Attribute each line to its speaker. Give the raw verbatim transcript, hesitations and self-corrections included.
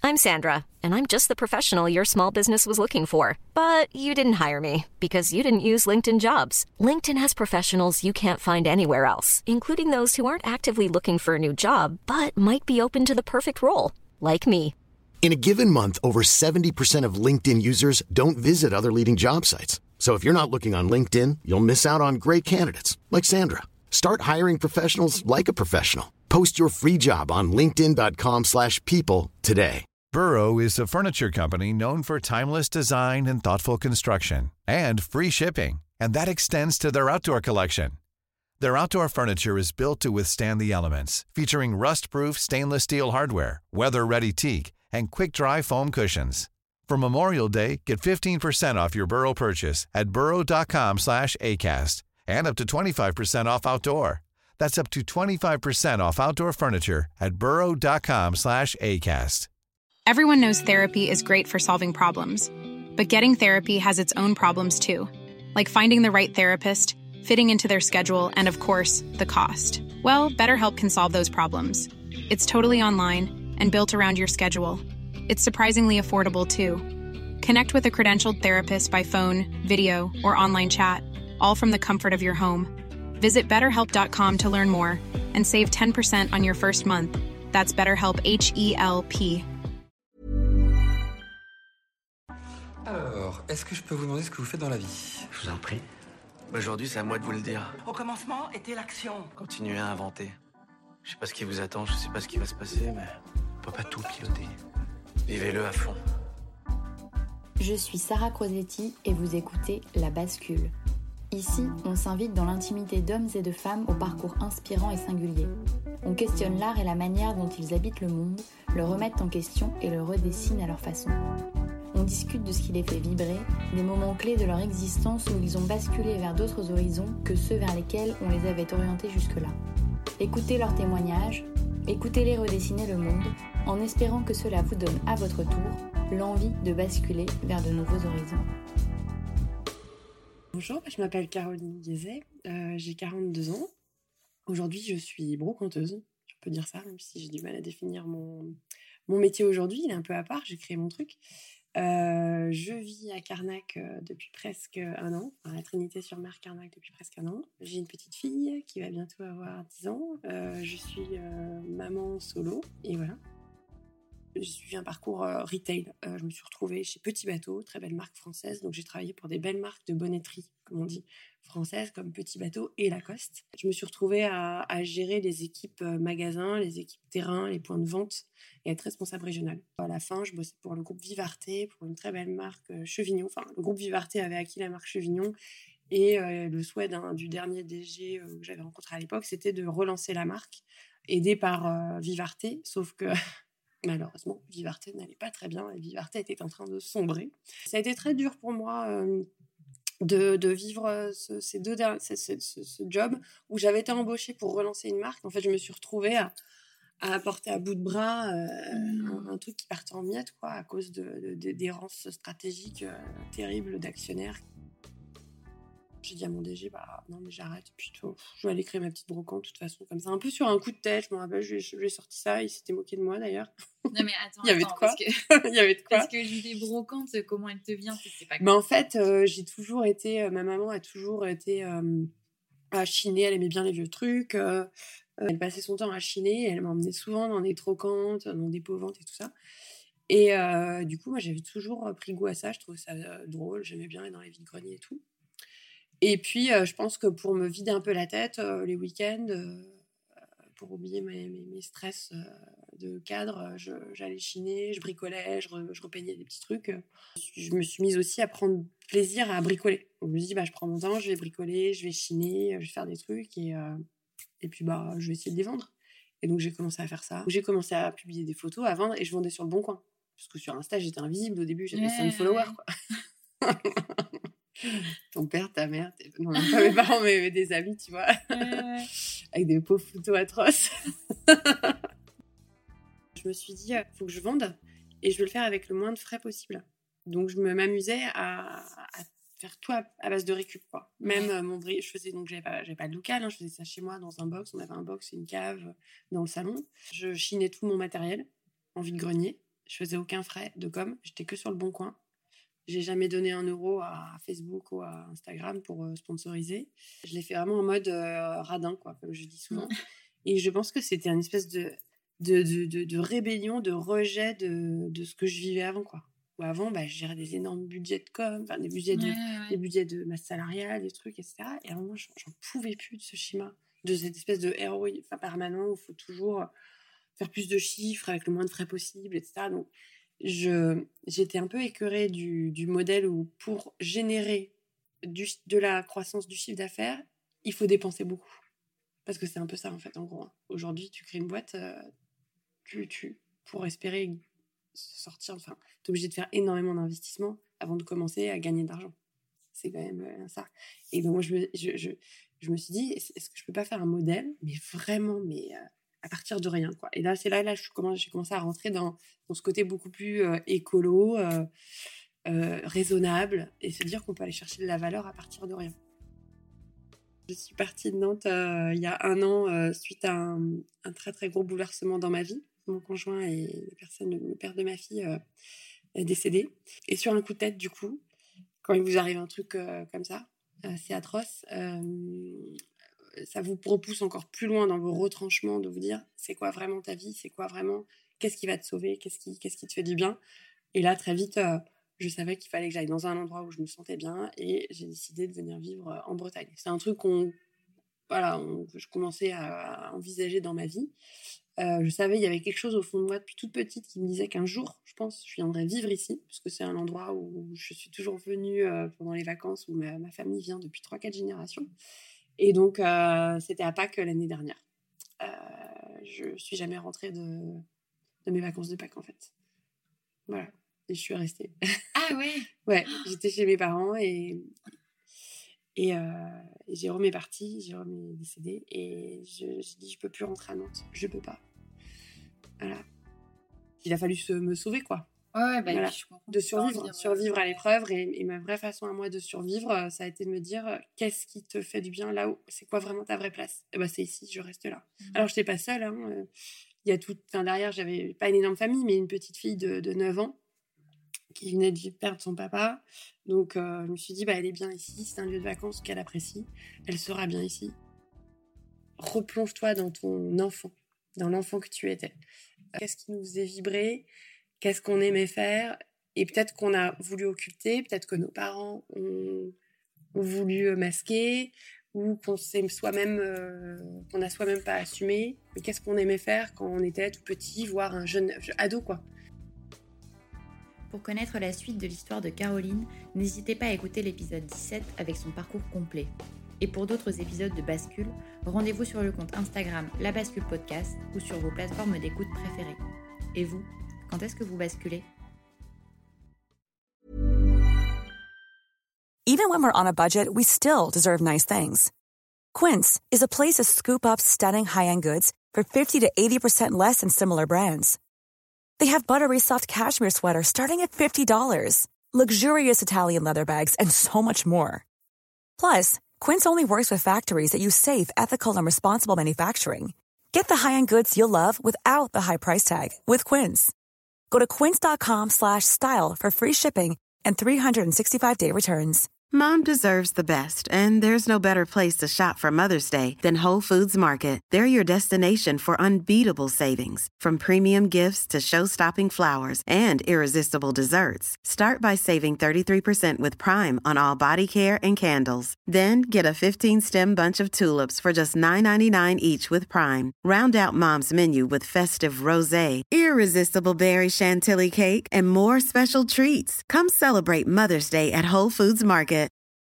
Speaker 1: I'm Sandra, and I'm just the professional your small business was looking for. But you didn't hire me because you didn't use LinkedIn Jobs. LinkedIn has professionals you can't find anywhere else, including those who aren't actively looking for a new job, but might be open to the perfect role, like me.
Speaker 2: In a given month, over seventy percent of LinkedIn users don't visit other leading job sites. So if you're not looking on LinkedIn, you'll miss out on great candidates like Sandra. Start hiring professionals like a professional. Post your free job on linkedin dot com slash people today.
Speaker 3: Burrow is a furniture company known for timeless design and thoughtful construction and free shipping, and that extends to their outdoor collection. Their outdoor furniture is built to withstand the elements, featuring rust-proof stainless steel hardware, weather-ready teak, and quick-dry foam cushions. For Memorial Day, get fifteen percent off your Burrow purchase at burrow dot com slash acast and up to twenty-five percent off outdoor. That's up to twenty-five percent off outdoor furniture at burrow dot com slash acast.
Speaker 4: Everyone knows therapy is great for solving problems, but getting therapy has its own problems too, like finding the right therapist, fitting into their schedule, and of course, the cost. Well, BetterHelp can solve those problems. It's totally online and built around your schedule. It's surprisingly affordable too. Connect with a credentialed therapist by phone, video, or online chat, all from the comfort of your home. Visit better help dot com to learn more and save ten percent on your first month. That's BetterHelp, H E L P.
Speaker 5: Alors, est-ce que je peux vous demander ce que vous faites dans la vie?
Speaker 6: Je vous en prie. Aujourd'hui, c'est à moi de vous le dire.
Speaker 7: Au commencement était l'action.
Speaker 6: Continuez à inventer. Je sais pas ce qui vous attend, je sais pas ce qui va se passer, mais on peut pas tout piloter. Vivez-le à fond.
Speaker 8: Je suis Sarah Crosetti et vous écoutez La Bascule. Ici, on s'invite dans l'intimité d'hommes et de femmes au parcours inspirant et singulier. On questionne l'art et la manière dont ils habitent le monde, le remettent en question et le redessinent à leur façon. On discute de ce qui les fait vibrer, des moments clés de leur existence où ils ont basculé vers d'autres horizons que ceux vers lesquels on les avait orientés jusque-là. Écoutez leurs témoignages, écoutez-les redessiner le monde, en espérant que cela vous donne à votre tour l'envie de basculer vers de nouveaux horizons.
Speaker 9: Bonjour, je m'appelle Caroline Guézet, euh, j'ai quarante-deux ans. Aujourd'hui, je suis brocanteuse, on peut dire ça, même si j'ai du mal à définir mon, mon métier aujourd'hui, il est un peu à part, j'ai créé mon truc. Euh, je vis à Carnac euh, depuis presque un an, à la Trinité-sur-Mer Carnac depuis presque un an. J'ai une petite fille qui va bientôt avoir dix ans. Euh, je suis euh, maman solo et voilà. J'ai suivi un parcours euh, retail. Euh, je me suis retrouvée chez Petit Bateau, très belle marque française. Donc j'ai travaillé pour des belles marques de bonneterie, comme on dit, françaises, comme Petit Bateau et Lacoste. Je me suis retrouvée à, à gérer les équipes euh, magasins, les équipes terrain, les points de vente et être responsable régional. À la fin, je bossais pour le groupe Vivarté, pour une très belle marque euh, Chevignon. Enfin, le groupe Vivarté avait acquis la marque Chevignon. Et euh, le souhait d'un, du dernier D G euh, que j'avais rencontré à l'époque, c'était de relancer la marque, aidé par euh, Vivarté, sauf que malheureusement, Vivarté n'allait pas très bien et Vivarté était en train de sombrer. Ça a été très dur pour moi euh, de, de vivre ce, ces deux derniers, ce, ce, ce job où j'avais été embauchée pour relancer une marque. En fait, je me suis retrouvée à, à apporter à bout de bras euh, mmh. un, un truc qui partait en miettes, quoi, à cause de, de, de, d'errances stratégiques euh, terribles d'actionnaires. J'ai dit à mon D G, bah non mais j'arrête, puis tout, je vais aller créer ma petite brocante de toute façon, comme ça, un peu sur un coup de tête, je me rappelle, je lui ai sorti ça, il s'était moqué de moi d'ailleurs.
Speaker 10: Non mais attends,
Speaker 9: il y avait
Speaker 10: attends,
Speaker 9: de quoi.
Speaker 10: Parce que,
Speaker 9: il y avait de quoi.
Speaker 10: Parce que l'idée brocante, comment elle te vient, c'est pas.
Speaker 9: Mais en fait, euh, j'ai toujours été, euh, ma maman a toujours été euh, à chiner, elle aimait bien les vieux trucs, euh, euh, elle passait son temps à chiner, elle m'emmenait souvent dans des trocantes, dans des pots-ventes et tout ça. Et euh, du coup, moi j'avais toujours pris goût à ça, je trouvais ça euh, drôle, j'aimais bien aller dans les vides-greniers et tout. Et puis, euh, je pense que pour me vider un peu la tête, euh, les week-ends, euh, pour oublier mes, mes, mes stress euh, de cadre, je, j'allais chiner, je bricolais, je, re, je repeignais des petits trucs. Je me suis mise aussi à prendre plaisir à bricoler. Donc, je me dis, bah, je prends mon temps, je vais bricoler, je vais chiner, je vais faire des trucs et, euh, et puis bah, je vais essayer de les vendre. Et donc, j'ai commencé à faire ça. J'ai commencé à publier des photos, à vendre et je vendais sur le Bon Coin. Parce que sur Insta, j'étais invisible au début, j'avais ouais, cinq followers, quoi. Ton père, ta mère, t'es... non, même pas mes parents, mais des amis, tu vois, euh... avec des pauvres photos atroces. Je me suis dit, il faut que je vende et je veux le faire avec le moins de frais possible. Donc, je me m'amusais à, à faire tout à, à base de récup, quoi. Même euh, mon bri... je faisais donc, j'avais pas, j'avais pas de local, hein, je faisais ça chez moi dans un box. On avait un box et une cave dans le salon. Je chinais tout mon matériel en vide-grenier. Je faisais aucun frais de com. J'étais que sur le Bon Coin. J'ai jamais donné un euro à Facebook ou à Instagram pour euh, sponsoriser. Je l'ai fait vraiment en mode euh, radin, quoi, comme je dis souvent. Et je pense que c'était une espèce de, de, de, de, de rébellion, de rejet de, de ce que je vivais avant, quoi. Où avant, bah, je gérais des énormes budgets de com, enfin, des budgets de,
Speaker 10: Ouais, ouais.
Speaker 9: des budgets de masse salariale, des trucs, et cetera. Et à un moment, j'en, j'en pouvais plus de ce schéma, de cette espèce de héros enfin, permanent où il faut toujours faire plus de chiffres avec le moins de frais possible, et cetera. Donc, je, j'étais un peu écœurée du, du modèle où pour générer du, de la croissance du chiffre d'affaires, il faut dépenser beaucoup. Parce que c'est un peu ça, en fait, en gros. Hein. Aujourd'hui, tu crées une boîte, euh, tu, tu, pour espérer sortir, enfin, t'es obligé de faire énormément d'investissements avant de commencer à gagner de l'argent. C'est quand même euh, ça. Et donc, moi, je me, je, je, je me suis dit, est-ce que je peux pas faire un modèle, mais vraiment, mais euh, à partir de rien, quoi. Et là, c'est là, là, je commence, j'ai commencé à rentrer dans, dans ce côté beaucoup plus euh, écolo, euh, euh, raisonnable, et se dire qu'on peut aller chercher de la valeur à partir de rien. Je suis partie de Nantes euh, il y a un an euh, suite à un, un très très gros bouleversement dans ma vie. Mon conjoint et la personne, le père de ma fille euh, est décédé. Et sur un coup de tête, du coup, quand il vous arrive un truc euh, comme ça, assez atroce, euh, ça vous repousse encore plus loin dans vos retranchements de vous dire c'est quoi vraiment ta vie, c'est quoi vraiment, qu'est-ce qui va te sauver, qu'est-ce qui, qu'est-ce qui te fait du bien. Et là, très vite, euh, je savais qu'il fallait que j'aille dans un endroit où je me sentais bien et j'ai décidé de venir vivre en Bretagne. C'est un truc qu'on, voilà, on, que je commençais à, à envisager dans ma vie. Euh, je savais, il y avait quelque chose au fond de moi depuis toute petite qui me disait qu'un jour, je pense, je viendrais vivre ici, parce que c'est un endroit où je suis toujours venue euh, pendant les vacances, où ma, ma famille vient depuis trois quatre générations. Et donc, euh, c'était à Pâques l'année dernière. Euh, je suis jamais rentrée de, de mes vacances de Pâques, en fait. Voilà. Et je suis restée.
Speaker 10: Ah ouais.
Speaker 9: Ouais, j'étais chez mes parents et... Et, euh, et Jérôme est parti, Jérôme est décédé, et je, j'ai dit, je peux plus rentrer à Nantes, je peux pas. Voilà. Il a fallu se, me sauver, quoi.
Speaker 10: Ouais, ouais, bah,
Speaker 9: voilà.
Speaker 10: je comprends.
Speaker 9: De survivre,
Speaker 10: Survivre,
Speaker 9: survivre
Speaker 10: euh,
Speaker 9: à l'épreuve, et, et ma vraie façon à moi de survivre, ça a été de me dire, euh, qu'est-ce qui te fait du bien là où, c'est quoi vraiment ta vraie place? Et ben c'est ici, je reste là. Mmh. Alors, je n'étais pas seule, hein, euh, il y a tout, enfin, derrière, j'avais pas une énorme famille, mais une petite fille de, de neuf ans, qui venait de perdre son papa. Donc, euh, je me suis dit, bah, elle est bien ici, c'est un lieu de vacances qu'elle apprécie, elle sera bien ici. Replonge-toi dans ton enfant, dans l'enfant que tu étais. Qu'est-ce qui nous faisait vibrer? Qu'est-ce qu'on aimait faire? Et peut-être qu'on a voulu occulter, peut-être que nos parents ont, ont voulu masquer, ou qu'on s'est soi-même, euh, qu'on n'a soi-même pas assumé. Mais qu'est-ce qu'on aimait faire quand on était tout petit, voire un jeune ado, quoi.
Speaker 7: Pour connaître la suite de l'histoire de Caroline, n'hésitez pas à écouter l'épisode dix-sept avec son parcours complet. Et pour d'autres épisodes de Bascule, rendez-vous sur le compte Instagram La Bascule Podcast ou sur vos plateformes d'écoute préférées. Et vous, quand est-ce que vous basculez?
Speaker 11: Even when we're on a budget, we still deserve nice things. Quince is a place to scoop up stunning high-end goods for fifty to eighty percent less than similar brands. They have buttery soft cashmere sweaters starting at fifty dollars, luxurious Italian leather bags, and so much more. Plus, Quince only works with factories that use safe, ethical, and responsible manufacturing. Get the high-end goods you'll love without the high price tag with Quince. Go to quince.com slash style for free shipping and three sixty-five day returns.
Speaker 12: Mom deserves the best, and there's no better place to shop for Mother's Day than Whole Foods Market. They're your destination for unbeatable savings, from premium gifts to show-stopping flowers and irresistible desserts. Start by saving thirty-three percent with Prime on all body care and candles. Then get a fifteen-stem bunch of tulips for just nine ninety-nine each with Prime. Round out Mom's menu with festive rosé, irresistible berry chantilly cake, and more special treats. Come celebrate Mother's Day at Whole Foods Market.